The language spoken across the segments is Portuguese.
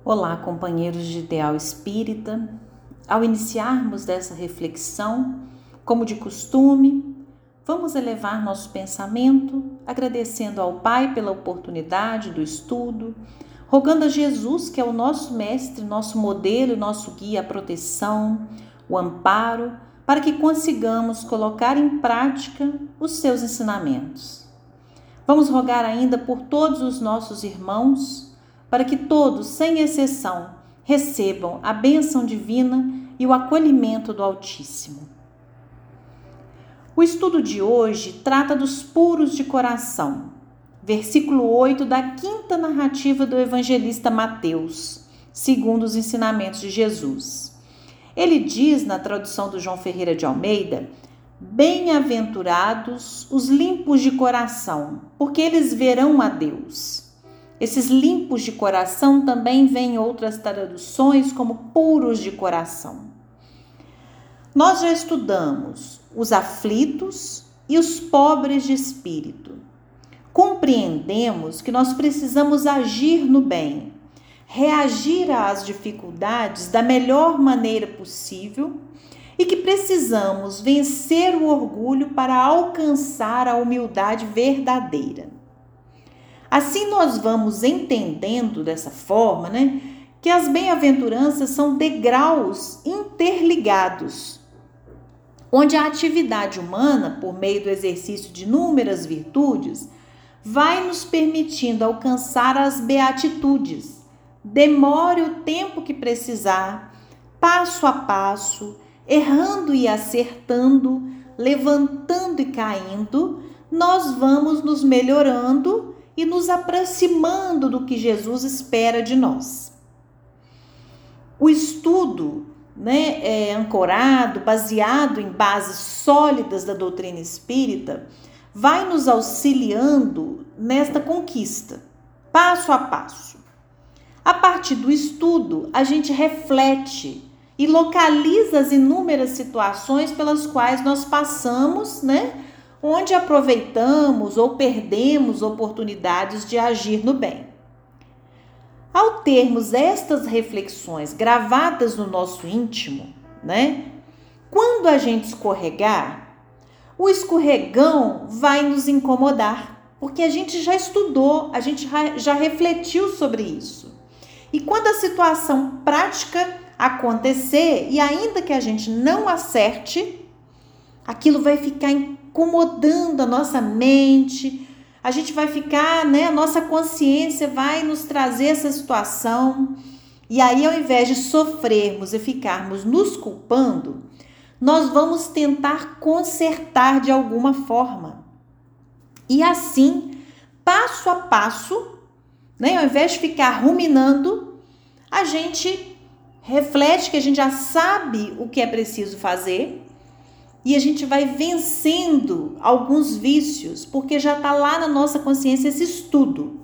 Olá, companheiros de Ideal Espírita. Ao iniciarmos dessa reflexão, como de costume, vamos elevar nosso pensamento, agradecendo ao Pai pela oportunidade do estudo, rogando a Jesus, que é o nosso mestre, nosso modelo, nosso guia, a proteção, o amparo, para que consigamos colocar em prática os seus ensinamentos. Vamos rogar ainda por todos os nossos irmãos, para que todos, sem exceção, recebam a bênção divina e o acolhimento do Altíssimo. O estudo de hoje trata dos puros de coração, versículo 8 da quinta narrativa do evangelista Mateus, segundo os ensinamentos de Jesus. Ele diz, na tradução do João Ferreira de Almeida: bem-aventurados os limpos de coração, porque eles verão a Deus. Esses limpos de coração também vêm em outras traduções como puros de coração. Nós já estudamos os aflitos e os pobres de espírito. Compreendemos que nós precisamos agir no bem, reagir às dificuldades da melhor maneira possível e que precisamos vencer o orgulho para alcançar a humildade verdadeira. Assim nós vamos entendendo dessa forma, que as bem-aventuranças são degraus interligados, onde a atividade humana, por meio do exercício de inúmeras virtudes, vai nos permitindo alcançar as beatitudes. Demore o tempo que precisar, passo a passo, errando e acertando, levantando e caindo, nós vamos nos melhorando e nos aproximando do que Jesus espera de nós. O estudo, ancorado, baseado em bases sólidas da doutrina espírita, vai nos auxiliando nesta conquista, passo a passo. A partir do estudo, a gente reflete e localiza as inúmeras situações pelas quais nós passamos, onde aproveitamos ou perdemos oportunidades de agir no bem. Ao termos estas reflexões gravadas no nosso íntimo, quando a gente escorregar, o escorregão vai nos incomodar, porque a gente já estudou, a gente já refletiu sobre isso. E quando a situação prática acontecer, e ainda que a gente não acerte, aquilo vai ficar incomodando a nossa mente, a gente vai ficar, a nossa consciência vai nos trazer essa situação, e aí ao invés de sofrermos e ficarmos nos culpando, nós vamos tentar consertar de alguma forma. E assim, passo a passo, ao invés de ficar ruminando, a gente reflete que a gente já sabe o que é preciso fazer, e a gente vai vencendo alguns vícios, porque já está lá na nossa consciência esse estudo.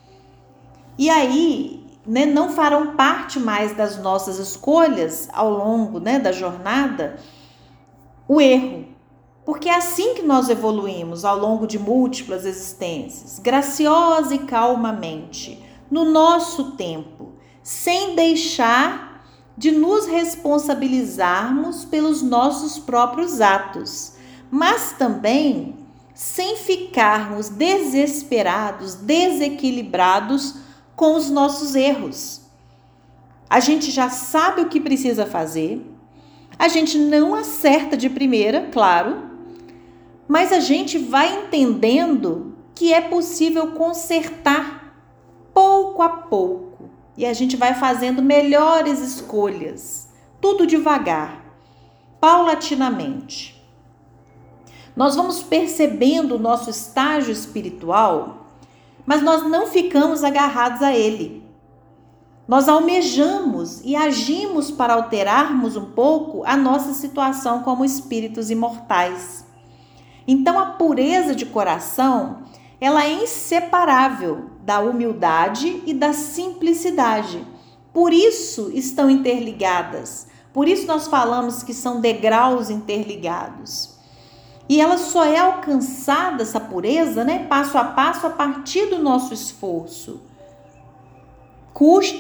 E aí, não farão parte mais das nossas escolhas ao longo da jornada o erro. Porque é assim que nós evoluímos ao longo de múltiplas existências, graciosa e calmamente, no nosso tempo, sem deixar de nos responsabilizarmos pelos nossos próprios atos, mas também sem ficarmos desesperados, desequilibrados com os nossos erros. A gente já sabe o que precisa fazer, a gente não acerta de primeira, claro, mas a gente vai entendendo que é possível consertar pouco a pouco. E a gente vai fazendo melhores escolhas, tudo devagar, paulatinamente. Nós vamos percebendo o nosso estágio espiritual, mas nós não ficamos agarrados a ele. Nós almejamos e agimos para alterarmos um pouco a nossa situação como espíritos imortais. Então, a pureza de coração, ela é inseparável da humildade e da simplicidade. Por isso estão interligadas. Por isso nós falamos que são degraus interligados. E ela só é alcançada, essa pureza, passo a passo, a partir do nosso esforço. Custe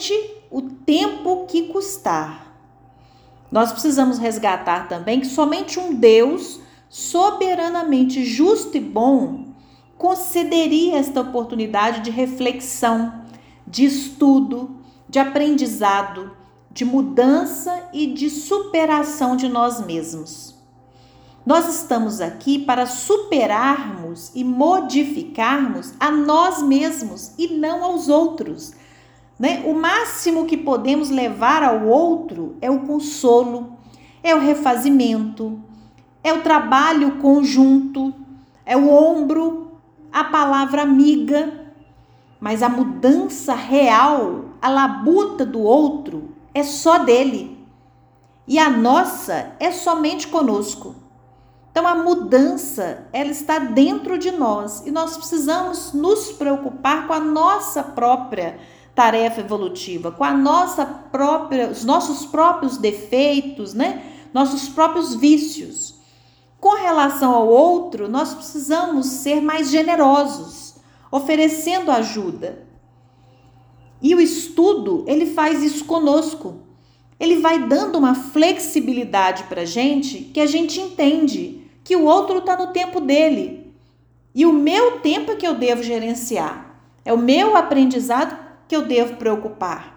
o tempo que custar. Nós precisamos resgatar também que somente um Deus soberanamente justo e bom concederia esta oportunidade de reflexão, de estudo, de aprendizado, de mudança e de superação de nós mesmos. Nós estamos aqui para superarmos e modificarmos a nós mesmos e não aos outros, né? O máximo que podemos levar ao outro é o consolo, é o refazimento, é o trabalho conjunto, é o ombro, a palavra amiga. Mas a mudança real, a labuta do outro, é só dele. E a nossa é somente conosco. Então a mudança, ela está dentro de nós. E nós precisamos nos preocupar com a nossa própria tarefa evolutiva, com os nossos próprios defeitos, né? Nossos próprios vícios. Com relação ao outro, nós precisamos ser mais generosos, oferecendo ajuda. E o estudo, ele faz isso conosco. Ele vai dando uma flexibilidade para a gente, que a gente entende que o outro está no tempo dele. E o meu tempo é que eu devo gerenciar. É o meu aprendizado que eu devo preocupar.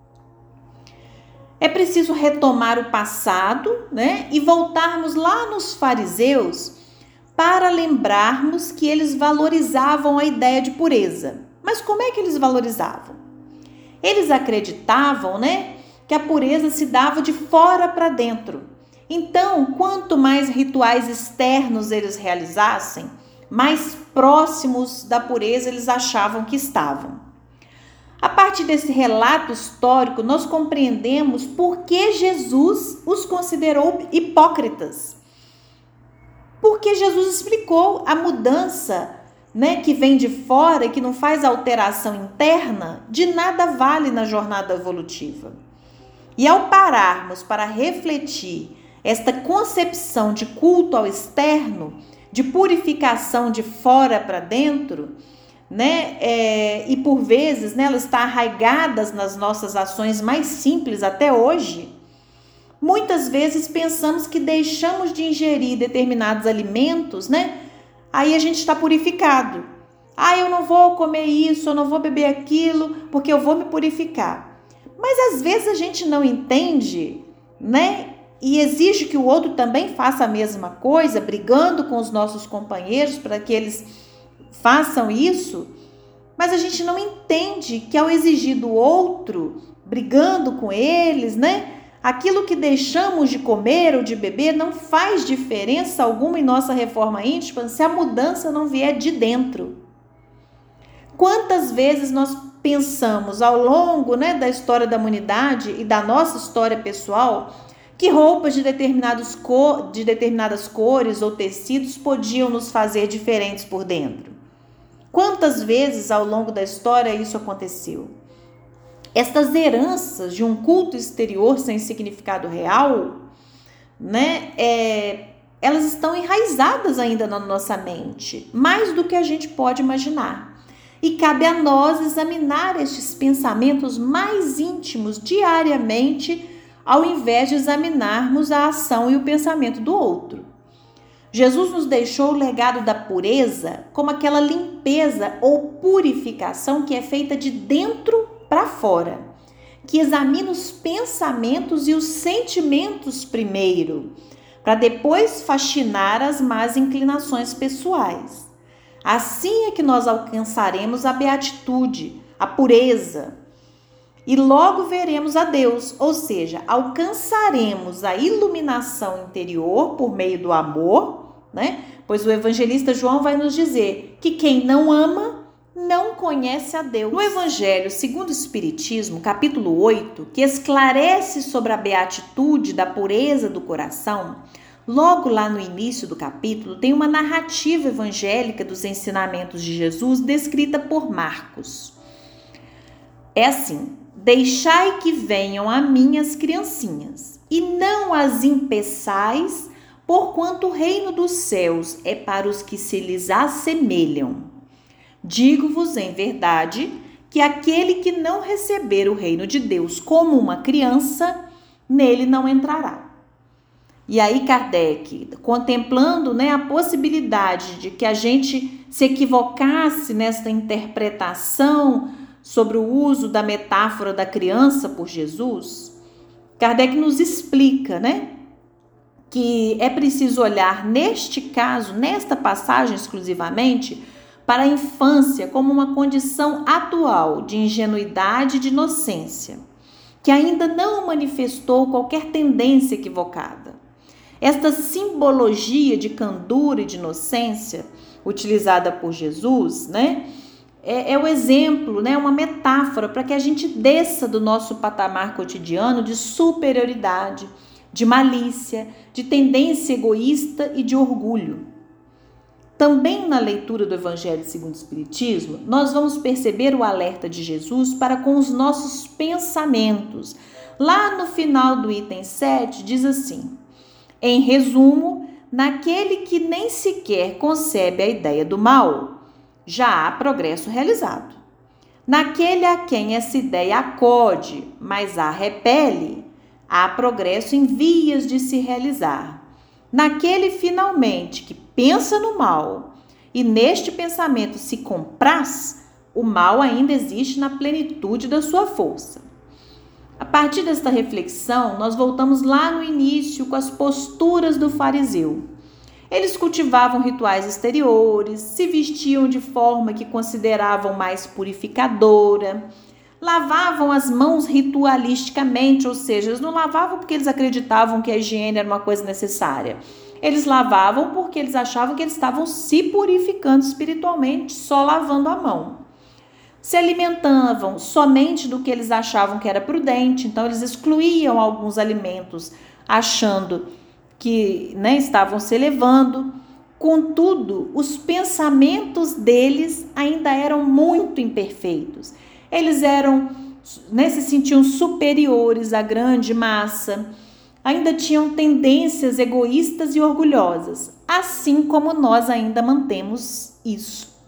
É preciso retomar o passado, né? E voltarmos lá nos fariseus para lembrarmos que eles valorizavam a ideia de pureza. Mas como é que eles valorizavam? Eles acreditavam, né, que a pureza se dava de fora para dentro. Então, quanto mais rituais externos eles realizassem, mais próximos da pureza eles achavam que estavam. A partir desse relato histórico, nós compreendemos por que Jesus os considerou hipócritas. Porque Jesus explicou a mudança, né, que vem de fora e que não faz alteração interna, de nada vale na jornada evolutiva. E ao pararmos para refletir esta concepção de culto ao externo, de purificação de fora para dentro, né, e por vezes, né, ela está arraigada nas nossas ações mais simples até hoje. Muitas vezes pensamos que deixamos de ingerir determinados alimentos, né? Aí a gente está purificado. Eu não vou comer isso, eu não vou beber aquilo, porque eu vou me purificar. Mas às vezes a gente não entende, né? E exige que o outro também faça a mesma coisa, brigando com os nossos companheiros para que eles façam isso. Mas a gente não entende que ao exigir do outro, brigando com eles, né? Aquilo que deixamos de comer ou de beber não faz diferença alguma em nossa reforma íntima se a mudança não vier de dentro. Quantas vezes nós pensamos ao longo, né, da história da humanidade e da nossa história pessoal que roupas de determinadas cores ou tecidos podiam nos fazer diferentes por dentro? Quantas vezes ao longo da história isso aconteceu? Estas heranças de um culto exterior sem significado real, né, elas estão enraizadas ainda na nossa mente, mais do que a gente pode imaginar. E cabe a nós examinar estes pensamentos mais íntimos diariamente, ao invés de examinarmos a ação e o pensamento do outro. Jesus nos deixou o legado da pureza como aquela limpeza ou purificação que é feita de dentro para fora, que examina os pensamentos e os sentimentos primeiro, para depois faxinar as más inclinações pessoais. Assim é que nós alcançaremos a beatitude, a pureza, e logo veremos a Deus, ou seja, alcançaremos a iluminação interior por meio do amor, né? Pois o evangelista João vai nos dizer que quem não ama não conhece a Deus. No Evangelho segundo o Espiritismo, capítulo 8, que esclarece sobre a beatitude da pureza do coração, logo lá no início do capítulo tem uma narrativa evangélica dos ensinamentos de Jesus descrita por Marcos. É assim: deixai que venham a mim as criancinhas, e não as impeçais, porquanto o reino dos céus é para os que se lhes assemelham. Digo-vos em verdade que aquele que não receber o reino de Deus como uma criança, nele não entrará. E aí Kardec, contemplando, a possibilidade de que a gente se equivocasse nesta interpretação sobre o uso da metáfora da criança por Jesus, Kardec nos explica, que é preciso olhar neste caso, nesta passagem exclusivamente, para a infância como uma condição atual de ingenuidade e de inocência, que ainda não manifestou qualquer tendência equivocada. Esta simbologia de candura e de inocência utilizada por Jesus, é o exemplo, uma metáfora para que a gente desça do nosso patamar cotidiano de superioridade, de malícia, de tendência egoísta e de orgulho. Também na leitura do Evangelho segundo o Espiritismo, nós vamos perceber o alerta de Jesus para com os nossos pensamentos. Lá no final do item 7 diz assim: em resumo, naquele que nem sequer concebe a ideia do mal, já há progresso realizado. Naquele a quem essa ideia acode, mas a repele, há progresso em vias de se realizar. Naquele, finalmente, que pensa no mal e neste pensamento se compraz, o mal ainda existe na plenitude da sua força. A partir desta reflexão, nós voltamos lá no início com as posturas do fariseu. Eles cultivavam rituais exteriores, se vestiam de forma que consideravam mais purificadora, lavavam as mãos ritualisticamente, ou seja, eles não lavavam porque eles acreditavam que a higiene era uma coisa necessária. Eles lavavam porque eles achavam que eles estavam se purificando espiritualmente, só lavando a mão. Se alimentavam somente do que eles achavam que era prudente, então eles excluíam alguns alimentos, achando que estavam se elevando. Contudo, os pensamentos deles ainda eram muito imperfeitos. Eles se sentiam superiores à grande massa, ainda tinham tendências egoístas e orgulhosas, assim como nós ainda mantemos isso.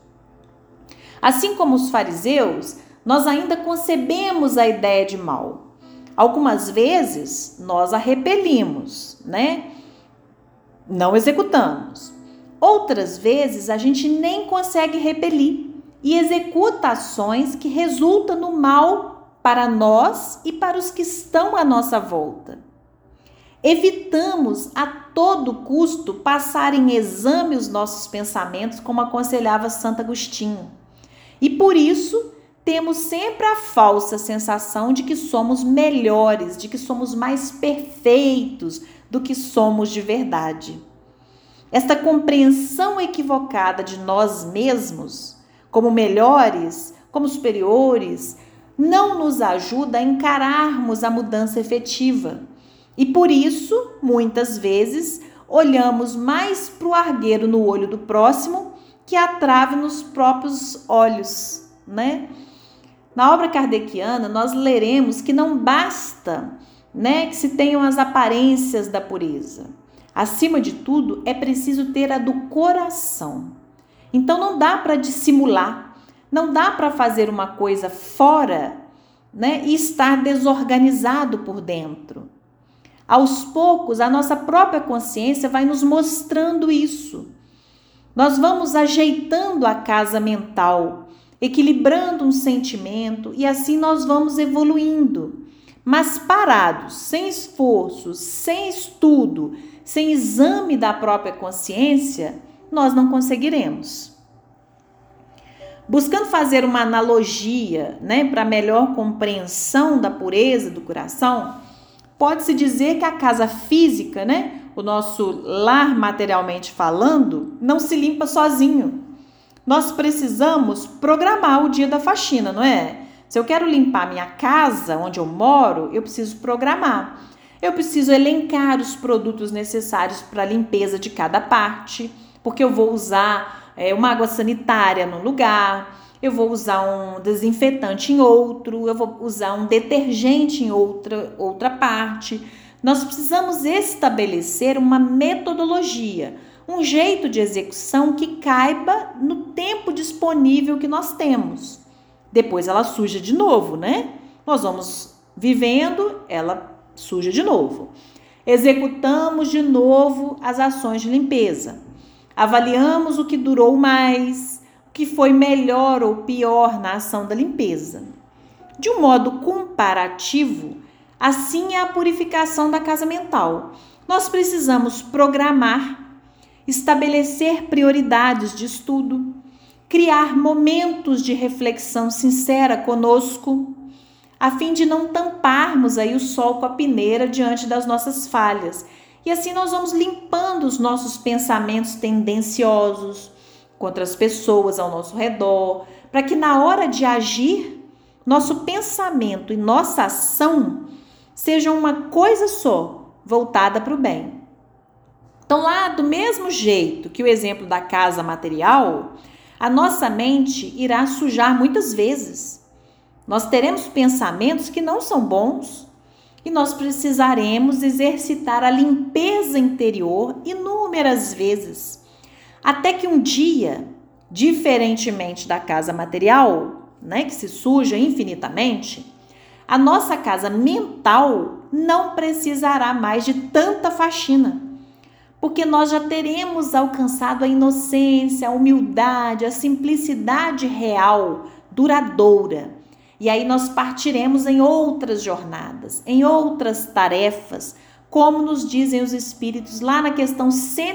Assim como os fariseus, nós ainda concebemos a ideia de mal. Algumas vezes nós a repelimos, não executamos. Outras vezes a gente nem consegue repelir e executa ações que resultam no mal para nós e para os que estão à nossa volta. Evitamos a todo custo passar em exame os nossos pensamentos, como aconselhava Santo Agostinho. E por isso temos sempre a falsa sensação de que somos melhores, de que somos mais perfeitos do que somos de verdade. Esta compreensão equivocada de nós mesmos, como melhores, como superiores, não nos ajuda a encararmos a mudança efetiva. E por isso, muitas vezes, olhamos mais para o argueiro no olho do próximo que a trave nos próprios olhos, Na obra kardeciana, nós leremos que não basta, que se tenham as aparências da pureza. Acima de tudo, é preciso ter a do coração. Então, não dá para dissimular, não dá para fazer uma coisa fora, e estar desorganizado por dentro. Aos poucos, a nossa própria consciência vai nos mostrando isso. Nós vamos ajeitando a casa mental, equilibrando um sentimento e assim nós vamos evoluindo. Mas parados, sem esforço, sem estudo, sem exame da própria consciência, nós não conseguiremos. Buscando fazer uma analogia, para melhor compreensão da pureza do coração, pode-se dizer que a casa física, o nosso lar materialmente falando, não se limpa sozinho. Nós precisamos programar o dia da faxina, não é? Se eu quero limpar minha casa, onde eu moro, eu preciso programar. Eu preciso elencar os produtos necessários para a limpeza de cada parte, porque eu vou usar uma água sanitária num lugar, eu vou usar um desinfetante em outro, eu vou usar um detergente em outra parte. Nós precisamos estabelecer uma metodologia, um jeito de execução que caiba no tempo disponível que nós temos. depois ela suja de novo, né? Nós vamos vivendo, ela suja de novo. Executamos de novo as ações de limpeza. Avaliamos o que durou mais, o que foi melhor ou pior na ação da limpeza. De um modo comparativo, assim é a purificação da casa mental. Nós precisamos programar, estabelecer prioridades de estudo, criar momentos de reflexão sincera conosco, a fim de não tamparmos aí o sol com a peneira diante das nossas falhas. E assim nós vamos limpando os nossos pensamentos tendenciosos contra as pessoas ao nosso redor, para que na hora de agir, nosso pensamento e nossa ação sejam uma coisa só, voltada para o bem. Então, lá do mesmo jeito que o exemplo da casa material, a nossa mente irá sujar muitas vezes. Nós teremos pensamentos que não são bons e nós precisaremos exercitar a limpeza interior inúmeras vezes, até que um dia, diferentemente da casa material, né, que se suja infinitamente, a nossa casa mental não precisará mais de tanta faxina, porque nós já teremos alcançado a inocência, a humildade, a simplicidade real, duradoura. E aí nós partiremos em outras jornadas, em outras tarefas, como nos dizem os Espíritos lá na questão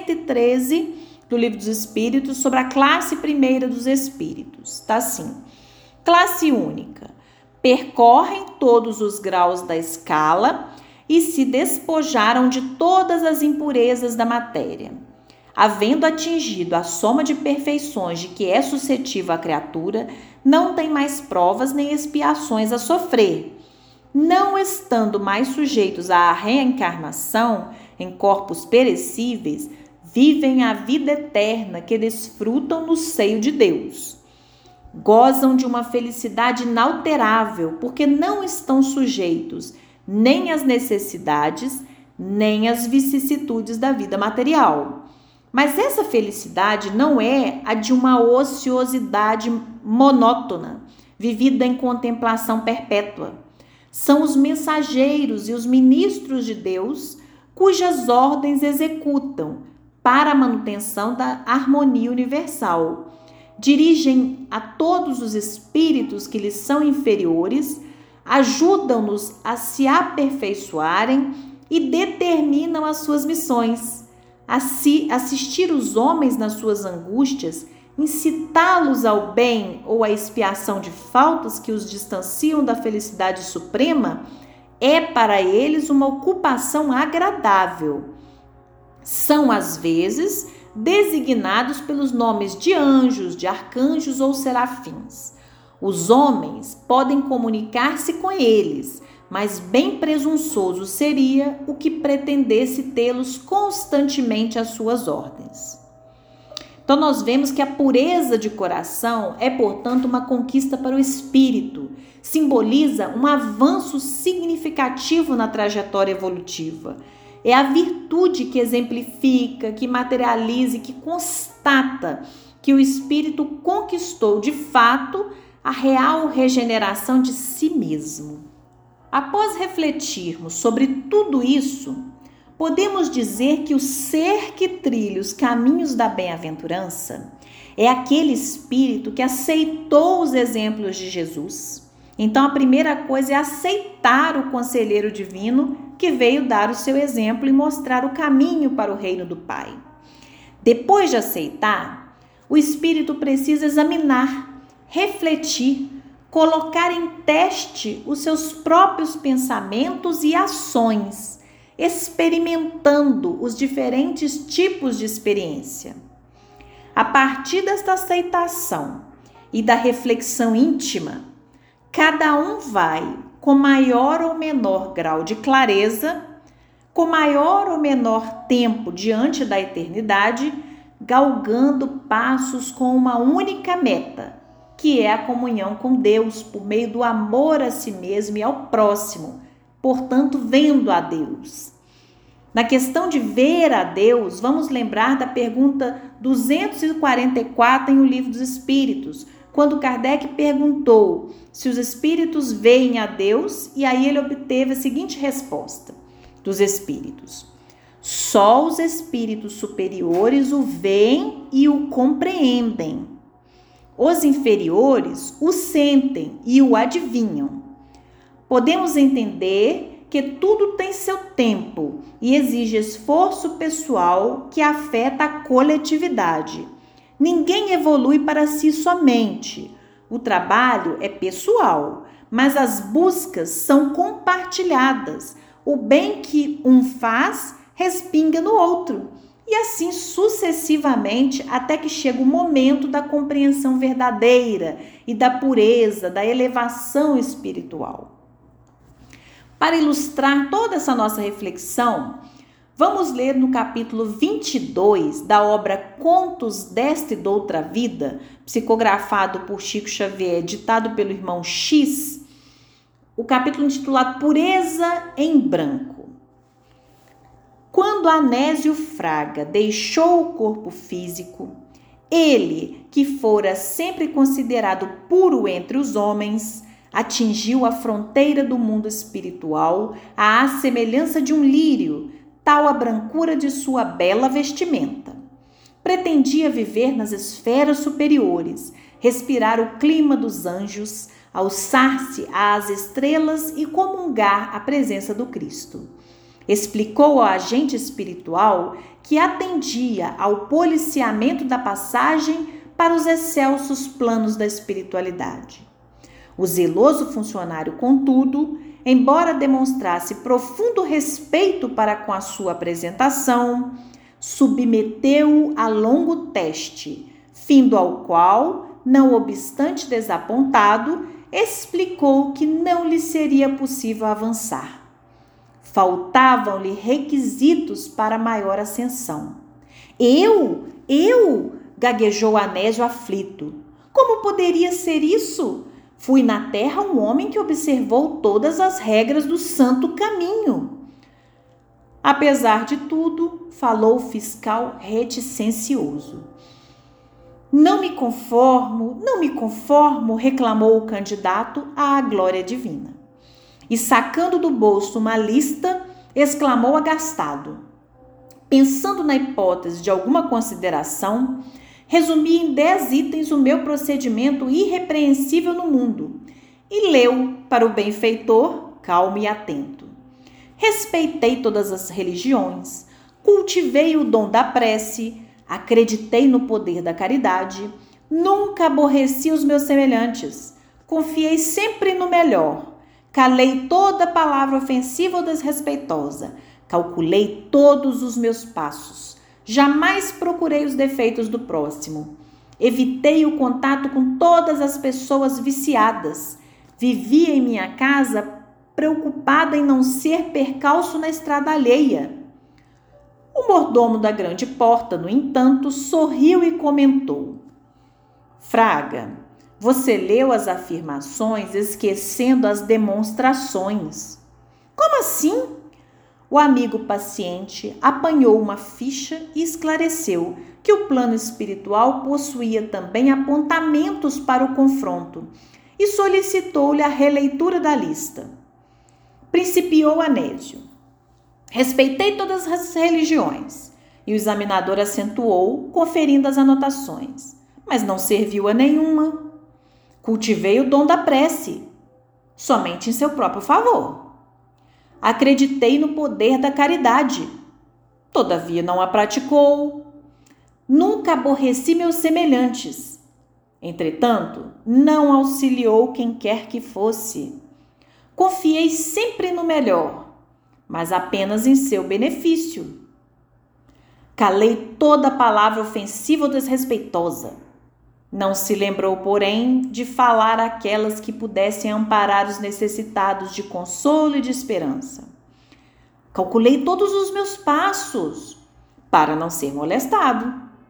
113 do Livro dos Espíritos, sobre a classe primeira dos Espíritos. Está assim: classe única, percorrem todos os graus da escala e se despojaram de todas as impurezas da matéria. Havendo atingido a soma de perfeições de que é suscetível a criatura, não tem mais provas nem expiações a sofrer. Não estando mais sujeitos à reencarnação em corpos perecíveis, vivem a vida eterna que desfrutam no seio de Deus. Gozam de uma felicidade inalterável, porque não estão sujeitos nem às necessidades, nem às vicissitudes da vida material. Mas essa felicidade não é a de uma ociosidade monótona, vivida em contemplação perpétua. São os mensageiros e os ministros de Deus, cujas ordens executam para a manutenção da harmonia universal. Dirigem a todos os espíritos que lhes são inferiores, ajudam-nos a se aperfeiçoarem e determinam as suas missões. Assistir os homens nas suas angústias, incitá-los ao bem ou à expiação de faltas que os distanciam da felicidade suprema, é para eles uma ocupação agradável. São, às vezes, designados pelos nomes de anjos, de arcanjos ou serafins. Os homens podem comunicar-se com eles, mas bem presunçoso seria o que pretendesse tê-los constantemente às suas ordens. Então nós vemos que a pureza de coração é, portanto, uma conquista para o espírito, simboliza um avanço significativo na trajetória evolutiva. É a virtude que exemplifica, que materializa e que constata que o espírito conquistou de fato a real regeneração de si mesmo. Após refletirmos sobre tudo isso, podemos dizer que o ser que trilha os caminhos da bem-aventurança é aquele espírito que aceitou os exemplos de Jesus. Então, a primeira coisa é aceitar o conselheiro divino que veio dar o seu exemplo e mostrar o caminho para o reino do Pai. Depois de aceitar, o espírito precisa examinar, refletir, colocar em teste os seus próprios pensamentos e ações, experimentando os diferentes tipos de experiência. A partir desta aceitação e da reflexão íntima, cada um vai, com maior ou menor grau de clareza, com maior ou menor tempo diante da eternidade, galgando passos com uma única meta, que é a comunhão com Deus por meio do amor a si mesmo e ao próximo, portanto, vendo a Deus. Na questão de ver a Deus, vamos lembrar da pergunta 244 em O Livro dos Espíritos, quando Kardec perguntou se os espíritos veem a Deus, e aí ele obteve a seguinte resposta dos espíritos: só os espíritos superiores o veem e o compreendem. Os inferiores o sentem e o adivinham. Podemos entender que tudo tem seu tempo e exige esforço pessoal que afeta a coletividade. Ninguém evolui para si somente. O trabalho é pessoal, mas as buscas são compartilhadas. O bem que um faz respinga no outro, e assim sucessivamente até que chega o momento da compreensão verdadeira e da pureza, da elevação espiritual. Para ilustrar toda essa nossa reflexão, vamos ler no capítulo 22 da obra Contos desta e doutra Vida, psicografado por Chico Xavier, ditado pelo irmão X, o capítulo intitulado Pureza em Branco. Quando Anésio Fraga deixou o corpo físico, ele, que fora sempre considerado puro entre os homens, atingiu a fronteira do mundo espiritual à semelhança de um lírio, tal a brancura de sua bela vestimenta. Pretendia viver nas esferas superiores, respirar o clima dos anjos, alçar-se às estrelas e comungar a presença do Cristo. Explicou ao agente espiritual que atendia ao policiamento da passagem para os excelsos planos da espiritualidade. O zeloso funcionário, contudo, embora demonstrasse profundo respeito para com a sua apresentação, submeteu-o a longo teste, findo ao qual, não obstante desapontado, explicou que não lhe seria possível avançar. Faltavam-lhe requisitos para maior ascensão. Eu? Gaguejou Anésio aflito. Como poderia ser isso? Fui na terra um homem que observou todas as regras do santo caminho. Apesar de tudo, falou o fiscal reticencioso. Não me conformo, reclamou o candidato à glória divina. E sacando do bolso uma lista, exclamou agastado. Pensando na hipótese de alguma consideração, resumi em 10 itens o meu procedimento irrepreensível no mundo e leu para o benfeitor, calmo e atento. Respeitei todas as religiões, cultivei o dom da prece, acreditei no poder da caridade, nunca aborreci os meus semelhantes, confiei sempre no melhor. Calei toda palavra ofensiva ou desrespeitosa. Calculei todos os meus passos. Jamais procurei os defeitos do próximo. Evitei o contato com todas as pessoas viciadas. Vivia em minha casa preocupada em não ser percalço na estrada alheia. O mordomo da grande porta, no entanto, sorriu e comentou: Fraga, você leu as afirmações esquecendo as demonstrações. Como assim? O amigo paciente apanhou uma ficha e esclareceu que o plano espiritual possuía também apontamentos para o confronto e solicitou-lhe a releitura da lista. Principiou Anésio. Respeitei todas as religiões. E o examinador acentuou, conferindo as anotações. Mas não serviu a nenhuma. Cultivei o dom da prece, somente em seu próprio favor. Acreditei no poder da caridade, todavia não a praticou. Nunca aborreci meus semelhantes, entretanto, não auxiliou quem quer que fosse. Confiei sempre no melhor, mas apenas em seu benefício. Calei toda palavra ofensiva ou desrespeitosa. Não se lembrou, porém, de falar aquelas que pudessem amparar os necessitados de consolo e de esperança. Calculei todos os meus passos para não ser molestado.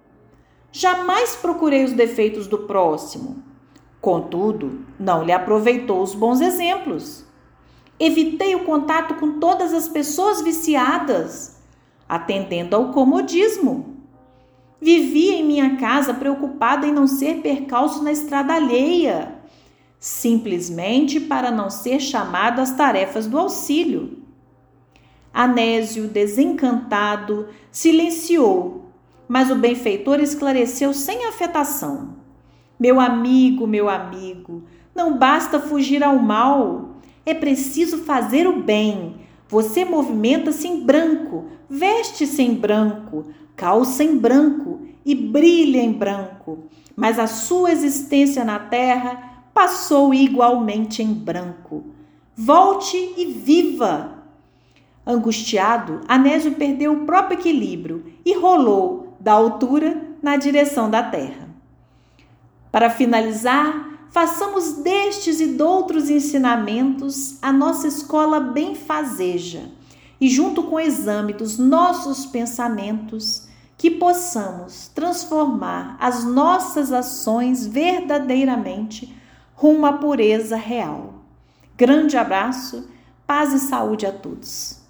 Jamais procurei os defeitos do próximo. Contudo, não lhe aproveitou os bons exemplos. Evitei o contato com todas as pessoas viciadas, atendendo ao comodismo. Vivia em minha casa preocupada em não ser percalço na estrada alheia, simplesmente para não ser chamado às tarefas do auxílio. Anésio, desencantado, silenciou, mas o benfeitor esclareceu sem afetação. Meu amigo, não basta fugir ao mal, é preciso fazer o bem. Você movimenta-se em branco, veste-se em branco, calça em branco e brilha em branco, mas a sua existência na terra passou igualmente em branco. Volte e viva! Angustiado, Anésio perdeu o próprio equilíbrio e rolou da altura na direção da terra. Para finalizar, façamos destes e doutros ensinamentos a nossa escola benfazeja e, junto com o exame dos nossos pensamentos, que possamos transformar as nossas ações verdadeiramente rumo à pureza real. Grande abraço, paz e saúde a todos.